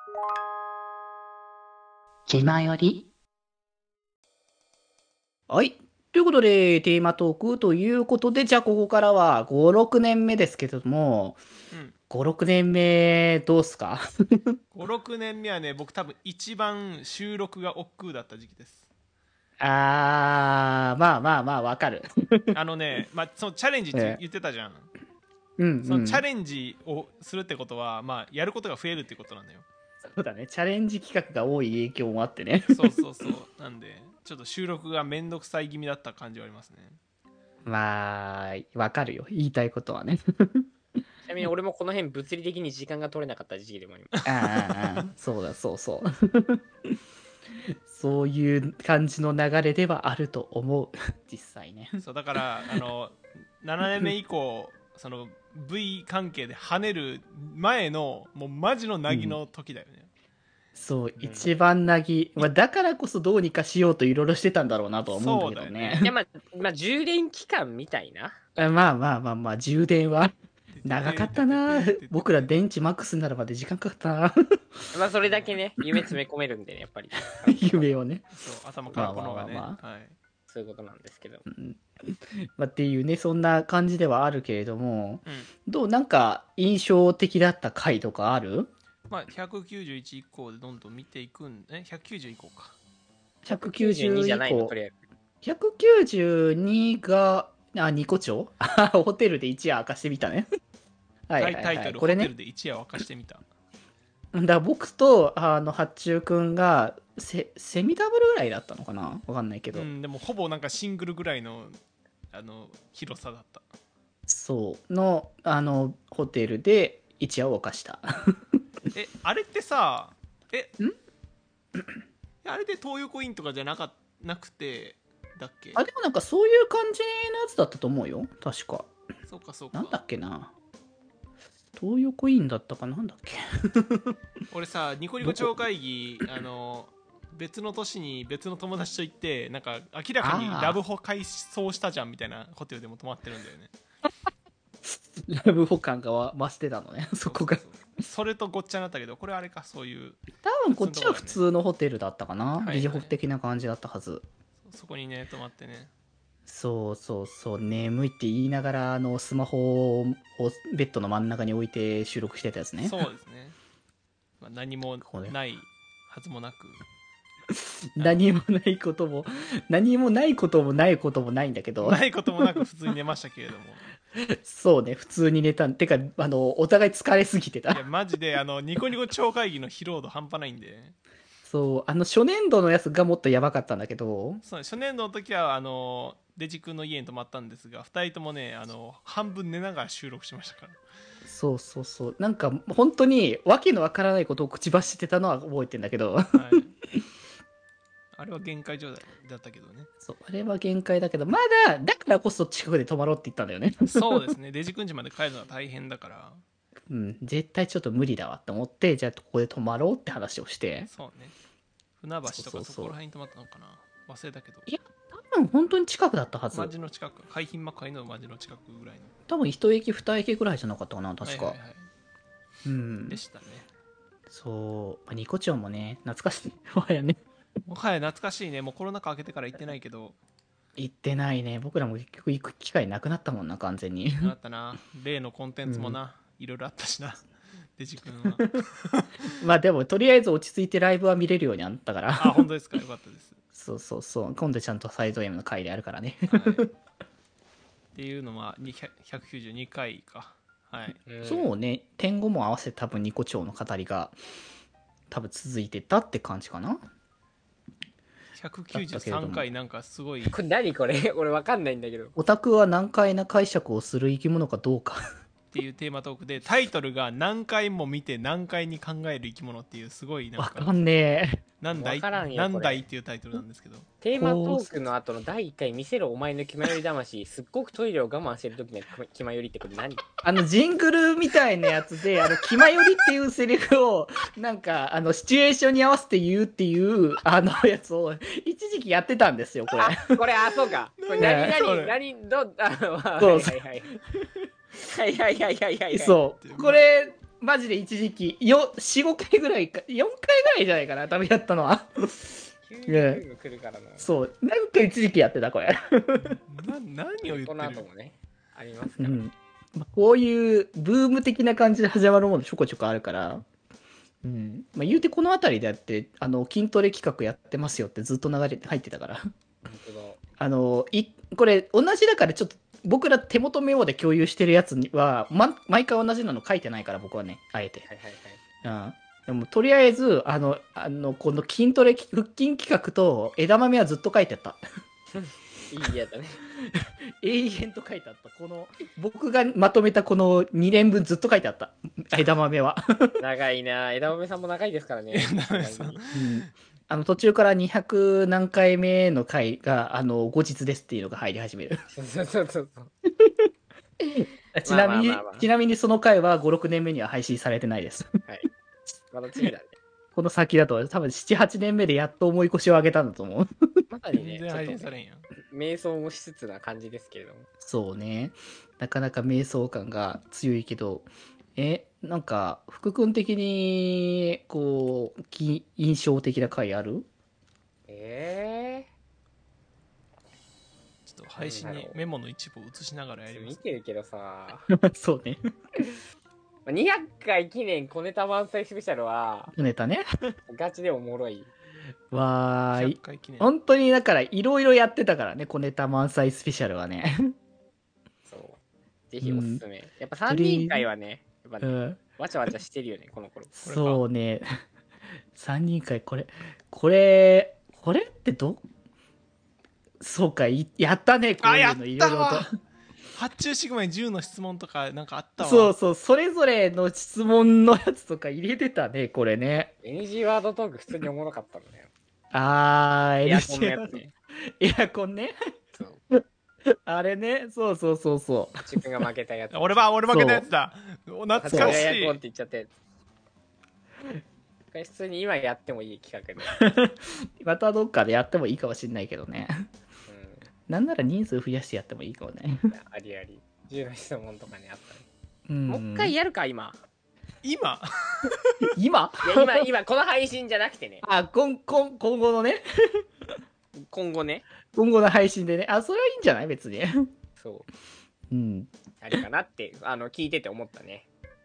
気まより。 はい。ということで、テーマトークということで、じゃあここからは5、6年目ですけども、 うん。 5、6年目どうすか？ 5、6年目はね、僕多分一番収録が億劫だった時期です。 まあまあまあ、わかる。 そのチャレンジってええ、 言ってたじゃん。 うんそのチャうん。 レンジをするってことは、やることが増えるってことなんだよ。 そうだね。チャレンジ企画が多い影響もあってね。 そうそうそう。なんで、ちょっと収録がめんどくさい気味だった感じはありますね。 まあ、わかるよ。言いたいことはね。 ちなみに俺もこの辺物理的に時間が取れなかった時期でもあります。 そうだ、そうそう。そういう感じの流れではあると思う。実際ね。 そうだから7年目以降その V 関係で跳ねる前のもうマジのなぎの時だよね。 そう、一番なぎ。まあ、だからこそどうにかしようといろいろしてたんだろうなとは思うんだけどね。 いや、まあ、充電期間みたいな。 まあまあまあまあ、充電は長かったな。僕ら電池マックスになるまで時間かかったな。 まあ、それだけね、夢詰め込めるんでね、やっぱり。 夢をね。 そう頭からこのがね、 まあまあまはい、 そういうことなんですけど。 まあ、っていうね、そんな感じではあるけれども、 うん、 どうなんか印象的だった回とかある？ まあ191以降でどんどん見ていくん190以降か。 190 192じゃないの、 以降とりあえず。 192が、ニコ町ホテルで一夜明かしてみたね。はいはいはい。 タイトル、 これね。 ホテルで一夜沸かしてみた。 だから僕と、八中くんが、セミダブルぐらいだったのかなわかんないけど。 うん、でもほぼなんかシングルぐらいの広さだった。 そうの、ホテルで一夜を明かした。 あれってさ、 んあれで東横インとかじゃなくてだっけ？ でもなんかそういう感じのやつだったと思うよ。確か。 そうかそうか。 なんだっけな。東横インだったかなんだっけ。 俺さ、ニコニコ超会議別の年に別の友達と行って、なんか明らかにラブホ改装したじゃんみたいなホテルでも泊まってるんだよね。 ラブホ感が増してたのね、そこが。 それとごっちゃになったけど、これあれか、そういう多分こっちは普通のホテルだったかな。 はいはいビジホフ的な感じだったはず。 そこにね泊まってね。 そうそうそう、眠いって言いながら、スマホをベッドの真ん中に置いて収録してたやつね。 そうですね。何もないはずもなく。 何もないことも、何もないこともないこともないんだけど。 ないこともなく普通に寝ましたけれども。 そうね、普通に寝たん。てか、お互い疲れすぎてた。 いや、マジで、ニコニコ超会議の疲労度半端ないんで。 そう、初年度のやつがもっとやばかったんだけど。 そう、初年度の時は、デジ君の家に泊まったんですが、2人ともね、半分寝ながら収録しましたから。 そうそうそう。なんか、本当に、わけのわからないことを口走ってたのは覚えてんだけど。 はい。あれは限界状態だったけどね。 そう、あれは限界だけど、まだ、だからこそ近くで泊まろうって言ったんだよね。 そうですね。デジ君家まで帰るのは大変だから。 うん、絶対ちょっと無理だわって思って、じゃあここで泊まろうって話をして。 そうね。船橋とかそうそうそうそこら辺に泊まったのかな。忘れたけど。 いや、多分本当に近くだったはず。 マジの近く、海浜幕張のマジの近くぐらいの。 多分一駅二駅ぐらいじゃなかったかな、確か。 はいはいはい、 うん。 でしたね。 そう、ニコチョンもね、懐かしい。もはやね。 もはや懐かしいね。もうコロナ禍明けてから行ってないけど。 行ってないね。僕らも結局行く機会なくなったもんな、完全に。 あったな。例のコンテンツもな、いろいろあったしな。デジ君は。 まあでも、とりあえず落ち着いてライブは見れるようになったから。 あ、本当ですか。よかったです。 そうそうそう。今度ちゃんとサイド M の回であるからね。 はい、っていうのは192回か。はい。 そうね。天狗も合わせて多分ニコチョウの語りが多分続いてたって感じかな。 193回なんかすごい。 これ何これ俺わかんないんだけど。 オタクは難解な解釈をする生き物かどうかっていうテーマトークで、タイトルが何回も見て何回に考える生き物っていうすごいなんかわかんねえ。 何代わからんよこれ何代っていうタイトルなんですけど、 テーマトークの後の第1回見せろお前の気まより魂すっごくトイレを我慢してる時の気まよりってこれ何？ ジングルみたいなやつで、気まよりっていうセリフを、なんか、シチュエーションに合わせて言うっていう、やつを、一時期やってたんですよ、これ。 これ、そうか。これ何、 そうはいはいはいはいはいはいはい。 そう。これ、 マジで一時期4、5回ぐらいか、4回ぐらいじゃないかな、多分やったのは。 急にブーム来るからな。 そう、なんか一時期やってた、これ。 何を言ってこの後るもね、ありますから。 うん。まあこういうブーム的な感じで始まるものちょこちょこあるから、うん。まあ、言うてこの辺りでやって、筋トレ企画やってますよってずっと流れて入ってたから。 本当だ。 これ同じだからちょっと僕ら手元メモで共有してるやつには、毎回同じなの書いてないから僕はね、あえて。 はいはいはい。 うん。でもとりあえず、この筋トレ、腹筋企画と枝豆はずっと書いてあった。 いいやだね。 永遠と書いてあった。僕がまとめたこの2年分ずっと書いてあった。枝豆は。 長いな。枝豆さんも長いですからね。 枝豆さん途中から200何回目の回が、後日ですっていうのが入り始める。 そうそうそうそう。 ちなみに、 まあまあまあまあちなみにその回は5、6年目には配信されてないです。 はい。まだ次だね。 この先だと多分7、8年目でやっと重い腰を上げたんだと思う。 まさにね、 全然配信ちょっとねされんやん。 瞑想もしつつな感じですけれども。 そうね。なかなか瞑想感が強いけど、なんか、福君的に、こう、印象的な回ある？ ちょっと配信にメモの一部を映しながらやります。 見てるけどさ、 そうね。 200回記念小ネタ満載スペシャルは、 ネタね。 ガチでおもろい。 わーい 100。回記念。 本当にだから、いろいろやってたからね、小ネタ満載スペシャルはね。 そう。ぜひおすすめ。やっぱ3人会はね、やっぱね、 うん。 わちゃわちゃしてるよね、この頃。 そうね。3人会、これってそうか、やったね、こういうのいろいろと。 発注シグマに10の質問とかなんかあったわ。 そうそう、それぞれの質問のやつとか入れてたね、これね。 NG ワードトーク普通におもろかったんだよ。 エエアコンのやつね。 エアコンね。 そう。 あれね、そうそうそうそう。 チ君が負けたやつ。 俺負けたやつだ。懐かしいエアコンって。言っちゃって。これ普通に今やってもいい企画で。 またどっかでやってもいいかもしんないけどね。 うなんなら人数増やしてやってもいいかもね。 ん。ありあり。10の質問とかね、あったね。 うんもう一回やるか、今。 今今いや、今、この配信じゃなくてね。 今後のね。 今後ね。 今後の配信でね。それはいいんじゃない別に。 そう。 うん。 ありかなって、聞いてて思ったね。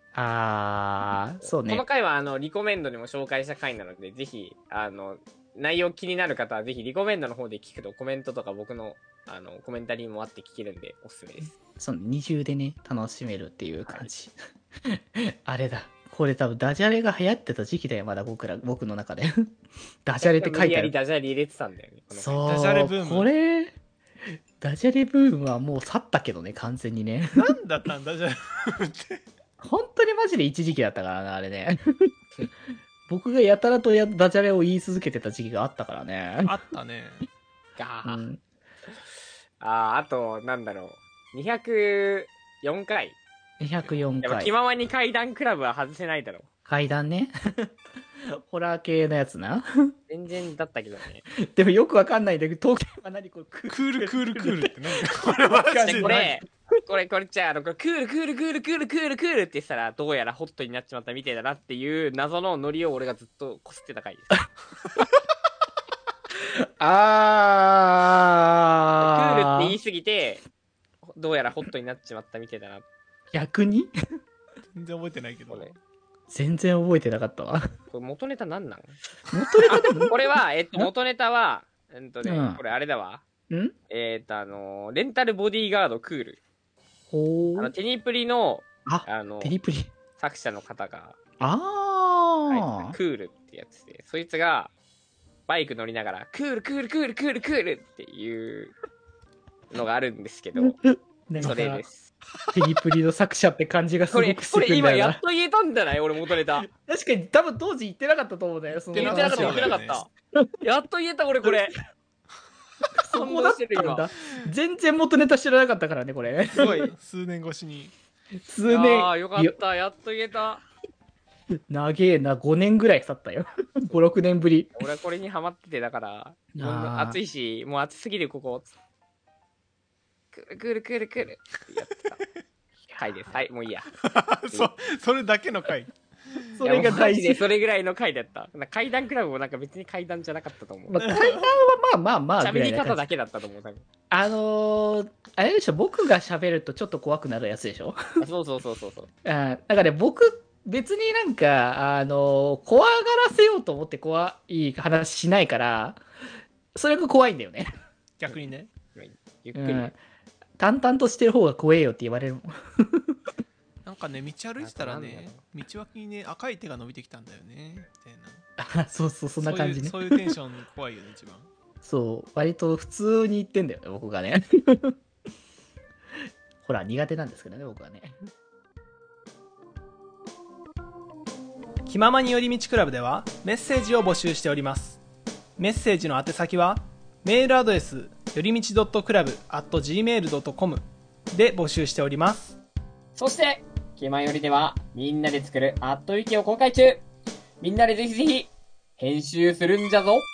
そうね。 この回は、リコメンドにも紹介した回なので、ぜひ、内容気になる方は、ぜひ、リコメンドの方で聞くと、コメントとか僕の、コメンタリーもあって聞けるんで、おすすめです。 そう、二重でね、楽しめるっていう感じ。あれだ。これ多分ダジャレが流行ってた時期だよ、まだ僕の中で。ダジャレって書いてあ無理やりる。 ダジャレ入れてたんだよね。この回そう、 ダジャレブームダジャレブームはもう去ったけどね、完全にね。 なんだったんだじゃあって。 本当にマジで一時期だったからな、あれね。僕がやたらとダジャレを言い続けてた時期があったからね。 あったね。 ガーうん、 あと、なんだろう。204回。 204 やっぱ気回。 ままに階段クラブは外せないだろう。 階段ね。ホラー系のやつな。 全然だったけどね。 でもよくわかんないんだけど、東京は何これクールって何これマジでこれじゃあ、これクールクールクールクールクールクールって言ってたら、どうやらホットになっちまったみたいだなっていう謎のノリを俺がずっとこすってた回です。クールって言いすぎて、どうやらホットになっちまったみたいだな。 逆に全然覚えてないけどこ。れ全然覚えてなかったわ。 これ元ネタなんなん？ 元ネタでもこれは、元ネタは、 うんこれあれだわ。 んレンタルボディーガードクール。 ほー。 テニプリの、 テリプリ。 作者の方があクールってやつで、そいつがバイク乗りながら、クールクールクールクールクールっていうのがあるんですけど、 なんかそれです。 テリプリの作者って感じがすごくしてくん今だよな。 やっと言えたんじゃない俺元ネタ。 確かに多分当時言ってなかったと思うんだよ。その言言ってなかった、言ってなかった。やっと言えた俺これ。 そこだったんだ。全然元ネタ知らなかったからね、これ。 すごい。 数年越しに。 数年。 ああ、よかった。やっと言えた。 長えな、5年ぐらい経ったよ。5、6年ぶり。 俺はこれにハマってて、だから、暑いし、もう暑すぎるここ。クールクールクールクールってやってた。 回です。はい、もういいや。 それだけの回。 それがいやもうマ大事。 ジでそれぐらいの回だった。怪談クラブもなんか別に怪談じゃなかったと思う。 まあ、階段はまあまあまあぐ喋りらいな感じ。 方だけだったと思う、多分。 あれでしょ、僕が喋るとちょっと怖くなるやつでしょ。 そうそう。 だからね、僕、別になんか、怖がらせようと思って怖い話しないから、それが怖いんだよね。 逆にね。 ゆっくり。 淡々としてる方が怖えよって言われるもん。 なんかね、道歩いてたらね、道脇にね、赤い手が伸びてきたんだよね。みたいな。 そう、そんな感じね。 そういうテンション怖いよね、一番。 そう、割と普通に言ってんだよね、僕がね。ほら、苦手なんですけどね、僕はね。 気ままに寄り道クラブではメッセージを募集しております。メッセージの宛先はメールアドレスよりみち .club@gmail.com で募集しております。 そして、気まよりではみんなで作るアットウィキを公開中。みんなでぜひぜひ編集するんじゃぞ。